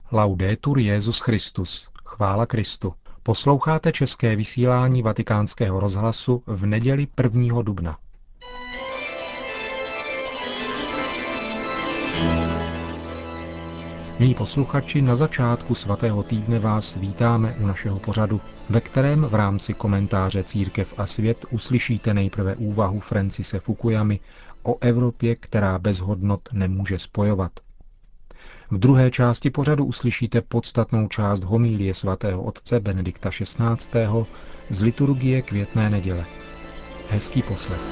Laudetur Jesus Christus. Chvála Kristu. Posloucháte české vysílání Vatikánského rozhlasu v neděli 1. dubna. Milí posluchači, na začátku svatého týdne vás vítáme u našeho pořadu, ve kterém v rámci komentáře Církev a svět uslyšíte nejprve úvahu Francise Fukuyamy o Evropě, která bez hodnot nemůže spojovat. V druhé části pořadu uslyšíte podstatnou část homilie svatého otce Benedikta XVI. Z liturgie Květné neděle. Hezký poslech.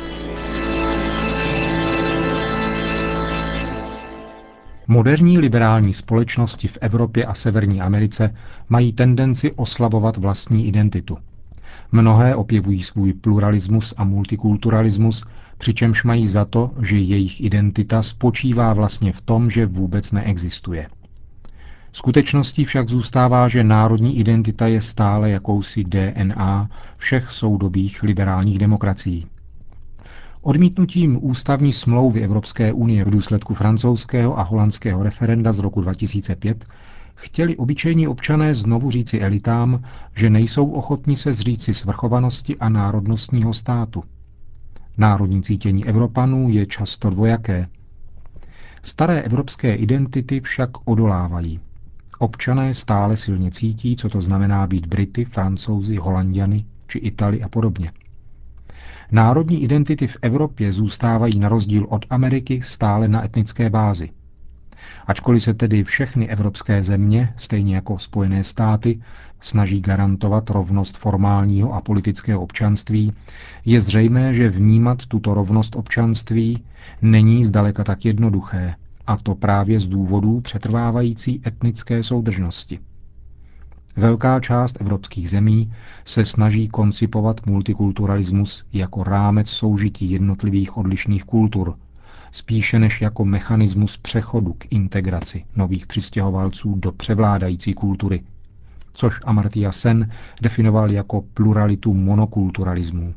Moderní liberální společnosti v Evropě a Severní Americe mají tendenci oslabovat vlastní identitu. Mnohé opěvují svůj pluralismus a multikulturalismus, přičemž mají za to, že jejich identita spočívá vlastně v tom, že vůbec neexistuje. Skutečností však zůstává, že národní identita je stále jakousi DNA všech soudobých liberálních demokracií. Odmítnutím ústavní smlouvy Evropské unie v důsledku francouzského a holandského referenda z roku 2005 chtěli obyčejní občané znovu říci elitám, že nejsou ochotni se zříci svrchovanosti a národnostního státu. Národní cítění Evropanů je často dvojaké. Staré evropské identity však odolávají. Občané stále silně cítí, co to znamená být Brity, Francouzi, Holanďany či Itali a podobně. Národní identity v Evropě zůstávají na rozdíl od Ameriky stále na etnické bázi. Ačkoliv se tedy všechny evropské země, stejně jako Spojené státy, snaží garantovat rovnost formálního a politického občanství, je zřejmé, že vnímat tuto rovnost občanství není zdaleka tak jednoduché, a to právě z důvodů přetrvávající etnické soudržnosti. Velká část evropských zemí se snaží koncipovat multikulturalismus jako rámec soužití jednotlivých odlišných kultur, spíše než jako mechanismus přechodu k integraci nových přistěhovalců do převládající kultury, což Amartya Sen definoval jako pluralitu monokulturalismu.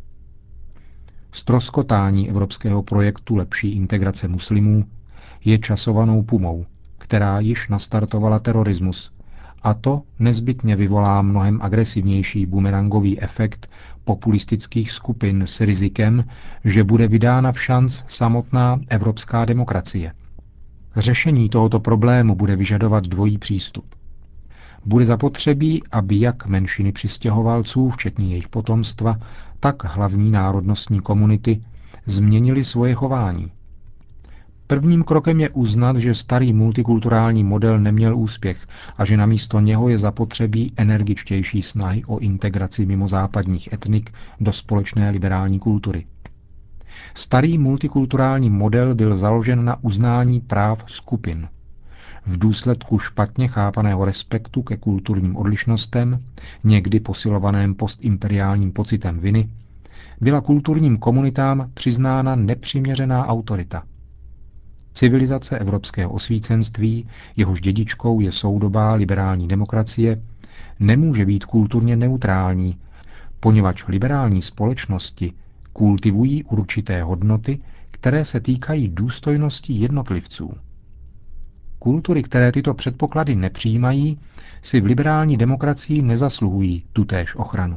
Ztroskotání evropského projektu lepší integrace muslimů je časovanou pumou, která již nastartovala terorismus, a to nezbytně vyvolá mnohem agresivnější bumerangový efekt populistických skupin s rizikem, že bude vydána v šanc samotná evropská demokracie. Řešení tohoto problému bude vyžadovat dvojí přístup. Bude zapotřebí, aby jak menšiny přistěhovalců, včetně jejich potomstva, tak hlavní národnostní komunity změnily svoje chování. Prvním krokem je uznat, že starý multikulturální model neměl úspěch a že namísto něho je zapotřebí energičtější snahy o integraci mimozápadních etnik do společné liberální kultury. Starý multikulturální model byl založen na uznání práv skupin. V důsledku špatně chápaného respektu ke kulturním odlišnostem, někdy posilovaném postimperiálním pocitem viny, byla kulturním komunitám přiznána nepřiměřená autorita. Civilizace evropského osvícenství, jehož dědičkou je soudobá liberální demokracie, nemůže být kulturně neutrální, poněvadž liberální společnosti kultivují určité hodnoty, které se týkají důstojnosti jednotlivců. Kultury, které tyto předpoklady nepřijímají, si v liberální demokracii nezasluhují tutéž ochranu.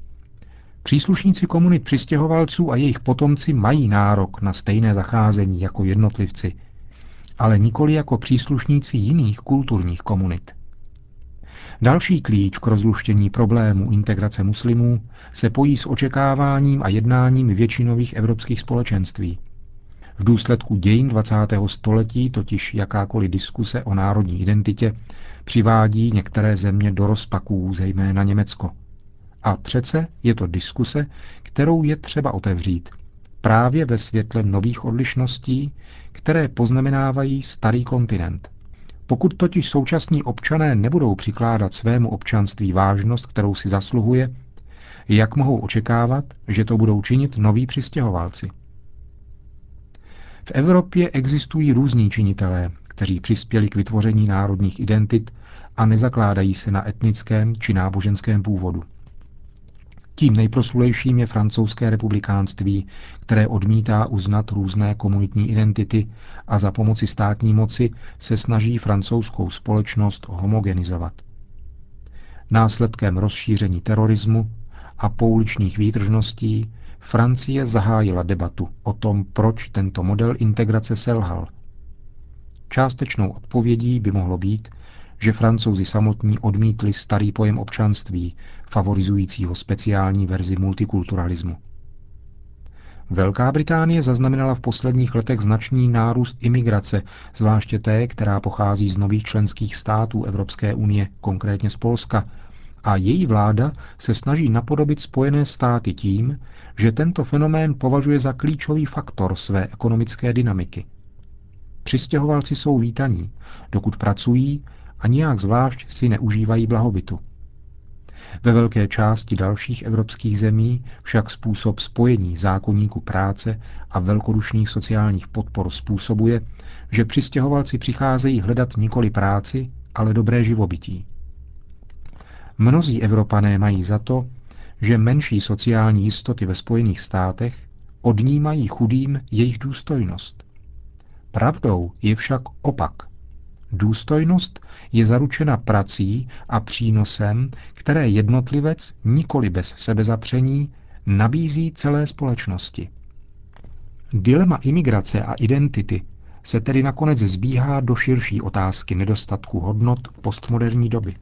Příslušníci komunit přistěhovalců a jejich potomci mají nárok na stejné zacházení jako jednotlivci, ale nikoli jako příslušníci jiných kulturních komunit. Další klíč k rozluštění problému integrace muslimů se pojí s očekáváním a jednáním většinových evropských společenství. V důsledku dějin 20. století totiž jakákoliv diskuse o národní identitě přivádí některé země do rozpaků, zejména Německo. A přece je to diskuse, kterou je třeba otevřít, právě ve světle nových odlišností, které poznamenávají starý kontinent. Pokud totiž současní občané nebudou přikládat svému občanství vážnost, kterou si zasluhuje, jak mohou očekávat, že to budou činit noví přistěhovalci? V Evropě existují různí činitelé, kteří přispěli k vytvoření národních identit a nezakládají se na etnickém či náboženském původu. Tím nejproslulejším je francouzské republikánství, které odmítá uznat různé komunitní identity a za pomoci státní moci se snaží francouzskou společnost homogenizovat. Následkem rozšíření terorismu a pouličních výtržností Francie zahájila debatu o tom, proč tento model integrace selhal. Částečnou odpovědí by mohlo být, že Francouzi samotní odmítli starý pojem občanství, favorizujícího speciální verzi multikulturalismu. Velká Británie zaznamenala v posledních letech značný nárůst imigrace, zvláště té, která pochází z nových členských států Evropské unie, konkrétně z Polska, a její vláda se snaží napodobit Spojené státy tím, že tento fenomén považuje za klíčový faktor své ekonomické dynamiky. Přistěhovalci jsou vítaní, dokud pracují a nijak zvlášť si neužívají blahobytu. Ve velké části dalších evropských zemí však způsob spojení zákoníku práce a velkodušných sociálních podpor způsobuje, že přistěhovalci přicházejí hledat nikoli práci, ale dobré živobytí. Mnozí Evropané mají za to, že menší sociální jistoty ve Spojených státech odnímají chudým jejich důstojnost. Pravdou je však opak. Důstojnost je zaručena prací a přínosem, které jednotlivec nikoli bez sebezapření nabízí celé společnosti. Dilema imigrace a identity se tedy nakonec zbíhá do širší otázky nedostatku hodnot postmoderní doby.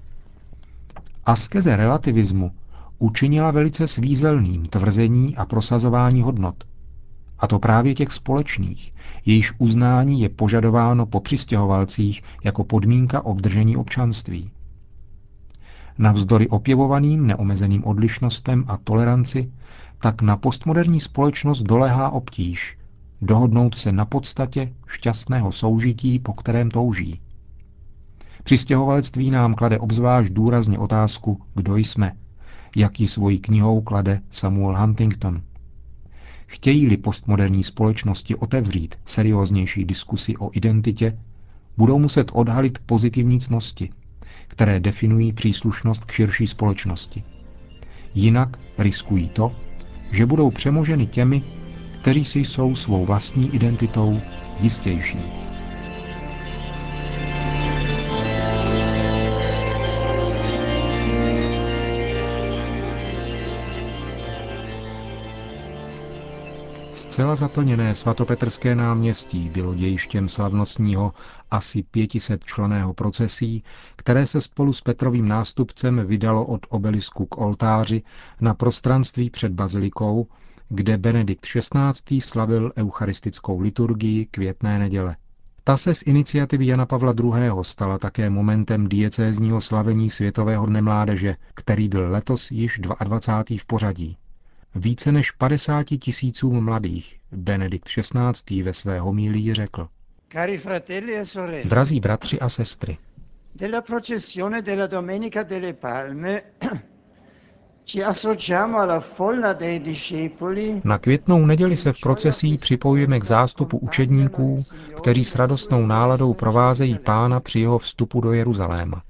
Askeze relativismu učinila velice svízelným tvrzení a prosazování hodnot. A to právě těch společných, jejichž uznání je požadováno po přistěhovalcích jako podmínka obdržení občanství. Navzdory opěvovaným neomezeným odlišnostem a toleranci, tak na postmoderní společnost doléhá obtíž dohodnout se na podstatě šťastného soužití, po kterém touží. Přistěhovalectví nám klade obzvlášť důrazně otázku, kdo jsme, jak ji svojí knihou klade Samuel Huntington. Chtějí-li postmoderní společnosti otevřít serióznější diskusi o identitě, budou muset odhalit pozitivní ctnosti, které definují příslušnost k širší společnosti. Jinak riskují to, že budou přemoženy těmi, kteří si jsou svou vlastní identitou jistější. Zcela zaplněné svatopetrské náměstí bylo dějištěm slavnostního asi 500členného procesí, které se spolu s Petrovým nástupcem vydalo od obelisku k oltáři na prostranství před bazilikou, kde Benedikt XVI. Slavil eucharistickou liturgii Květné neděle. Ta se z iniciativy Jana Pavla II. Stala také momentem diecézního slavení Světového dne mládeže, který byl letos již 22. v pořadí. Více než 50 000 mladých Benedikt XVI. Ve své homílii řekl: Cari fratelli e sorelle, Drazí bratři a sestry, della processione della Domenica delle Palme ci associamo alla folla dei discepoli. na Květnou neděli se v procesí připojujeme k zástupu učedníků, kteří s radostnou náladou provázejí Pána při jeho vstupu do Jeruzaléma.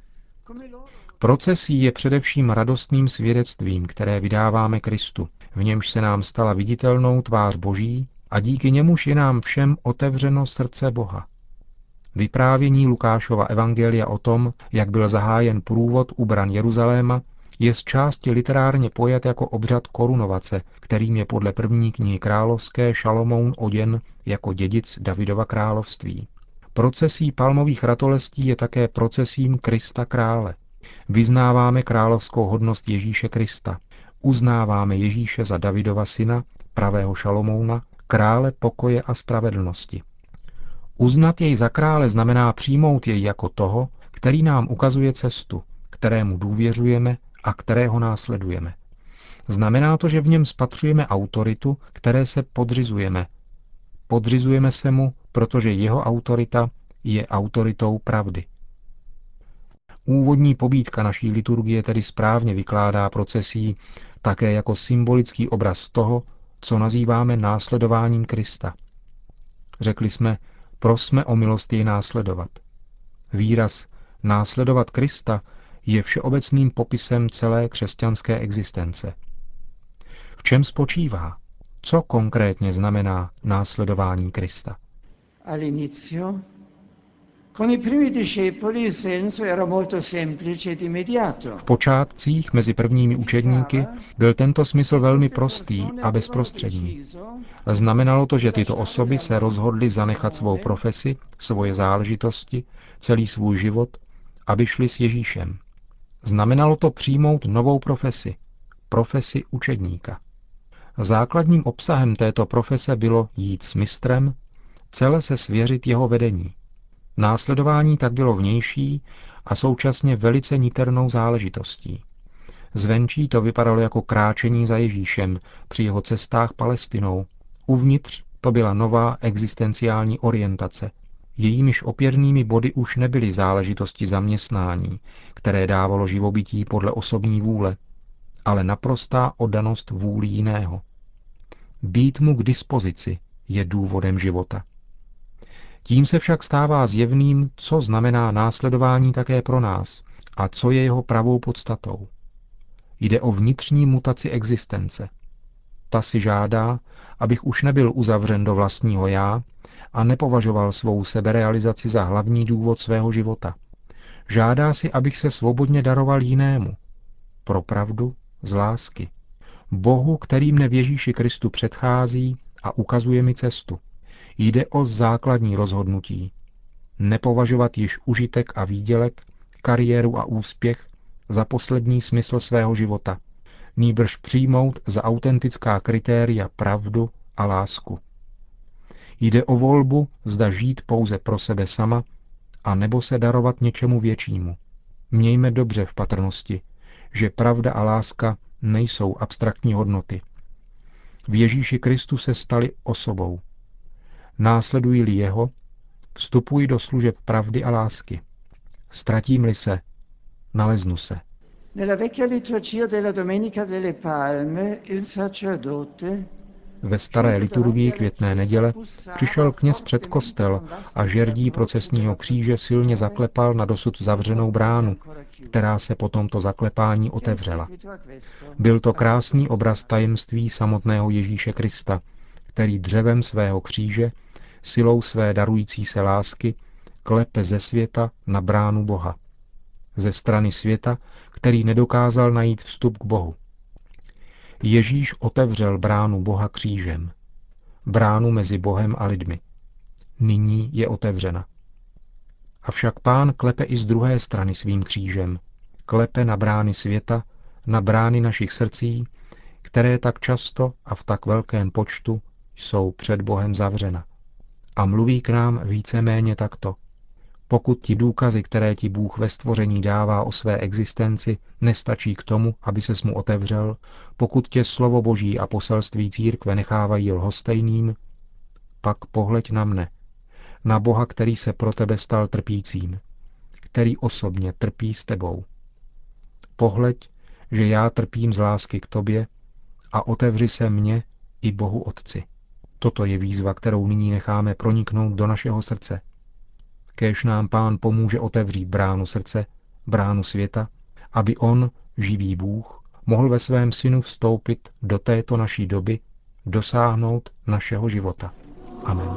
Procesí je především radostným svědectvím, které vydáváme Kristu, v němž se nám stala viditelnou tvář Boží a díky němuž je nám všem otevřeno srdce Boha. Vyprávění Lukášova evangelia o tom, jak byl zahájen průvod u bran Jeruzaléma, je z části literárně pojat jako obřad korunovace, kterým je podle první knihy královské Šalomoun oděn jako dědic Davidova království. Procesí palmových ratolestí je také procesím Krista krále. Vyznáváme královskou hodnost Ježíše Krista. Uznáváme Ježíše za Davidova syna, pravého Šalomouna, krále pokoje a spravedlnosti. Uznat jej za krále znamená přijmout jej jako toho, který nám ukazuje cestu, kterému důvěřujeme a kterého následujeme. Znamená to, že v něm spatřujeme autoritu, které se podřizujeme. Podřizujeme se mu, protože jeho autorita je autoritou pravdy. Úvodní pobídka naší liturgie tedy správně vykládá procesí také jako symbolický obraz toho, co nazýváme následováním Krista. Řekli jsme, prosme o milost jej následovat. Výraz následovat Krista je všeobecným popisem celé křesťanské existence. V čem spočívá? Co konkrétně znamená následování Krista? All'inizio, con i primi discepoli il senso era molto semplice ed immediato. V počátcích mezi prvními učedníky byl tento smysl velmi prostý a bezprostřední. Znamenalo to, že tyto osoby se rozhodly zanechat svou profesi, svoje záležitosti, celý svůj život, aby šli s Ježíšem. Znamenalo to přijmout novou profesi, profesi učedníka. Základním obsahem této profese bylo jít s mistrem, celé se svěřit jeho vedení. Následování tak bylo vnější a současně velice niternou záležitostí. Zvenčí to vypadalo jako kráčení za Ježíšem při jeho cestách Palestinou. Uvnitř to byla nová existenciální orientace. Jejímiž opěrnými body už nebyly záležitosti zaměstnání, které dávalo živobytí podle osobní vůle, ale naprostá oddanost vůli jiného. Být mu k dispozici je důvodem života. Tím se však stává zjevným, co znamená následování také pro nás a co je jeho pravou podstatou. Jde o vnitřní mutaci existence. Ta si žádá, abych už nebyl uzavřen do vlastního já a nepovažoval svou seberealizaci za hlavní důvod svého života. Žádá si, abych se svobodně daroval jinému. Pro pravdu, z lásky. Bohu, který mne v Ježíši Kristu předchází a ukazuje mi cestu. Jde o základní rozhodnutí. Nepovažovat již užitek a výdělek, kariéru a úspěch za poslední smysl svého života. Nýbrž přijmout za autentická kritéria pravdu a lásku. Jde o volbu, zda žít pouze pro sebe sama, a nebo se darovat něčemu většímu. Mějme dobře v patrnosti, že pravda a láska nejsou abstraktní hodnoty. V Ježíši Kristu se stali osobou. Následuji-li jeho, vstupuji do služeb pravdy a lásky. Ztratím-li se, naleznu se. Nella vecchia liturgia della Domenica delle Palme il sacerdote Ve staré liturgii květné neděle přišel kněz před kostel a žerdí procesního kříže silně zaklepal na dosud zavřenou bránu, která se po tomto zaklepání otevřela. Byl to krásný obraz tajemství samotného Ježíše Krista, který dřevem svého kříže, silou své darující se lásky, klepe ze světa na bránu Boha. Ze strany světa, který nedokázal najít vstup k Bohu. Ježíš otevřel bránu Boha křížem. Bránu mezi Bohem a lidmi. Nyní je otevřena. Avšak Pán klepe i z druhé strany svým křížem. Klepe na brány světa, na brány našich srdcí, které tak často a v tak velkém počtu jsou před Bohem zavřena. A mluví k nám víceméně takto. Pokud ti důkazy, které ti Bůh ve stvoření dává o své existenci, nestačí k tomu, aby ses mu otevřel, pokud tě slovo Boží a poselství církve nechávají lhostejným, pak pohleď na mne, na Boha, který se pro tebe stal trpícím, který osobně trpí s tebou. Pohleď, že já trpím z lásky k tobě a otevři se mně i Bohu Otci. Toto je výzva, kterou nyní necháme proniknout do našeho srdce. Kéž nám Pán pomůže otevřít bránu srdce, bránu světa, aby on, živý Bůh, mohl ve svém synu vstoupit do této naší doby, dosáhnout našeho života. Amen.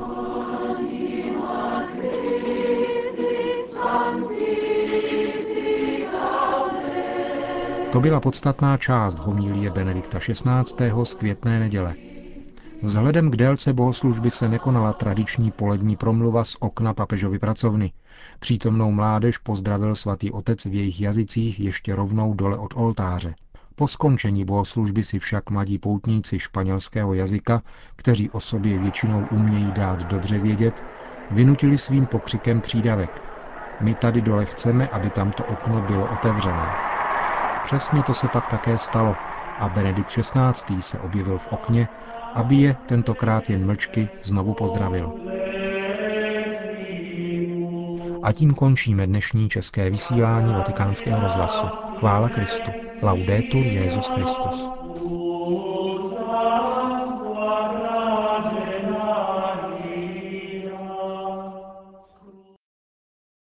To byla podstatná část homilie Benedikta XVI. Z květné neděle. Vzhledem k délce bohoslužby se nekonala tradiční polední promluva z okna papežovy pracovny. Přítomnou mládež pozdravil svatý otec v jejich jazycích ještě rovnou dole od oltáře. Po skončení bohoslužby si však mladí poutníci španělského jazyka, kteří o sobě většinou umějí dát dobře vědět, vynutili svým pokřikem přídavek. My tady dole chceme, aby tamto okno bylo otevřené. Přesně to se pak také stalo a Benedikt XVI. Se objevil v okně, aby je tentokrát jen mlčky znovu pozdravil. A tím končíme dnešní české vysílání Vatikánského rozhlasu. Chvála Kristu. Laudetur Jesus Christus.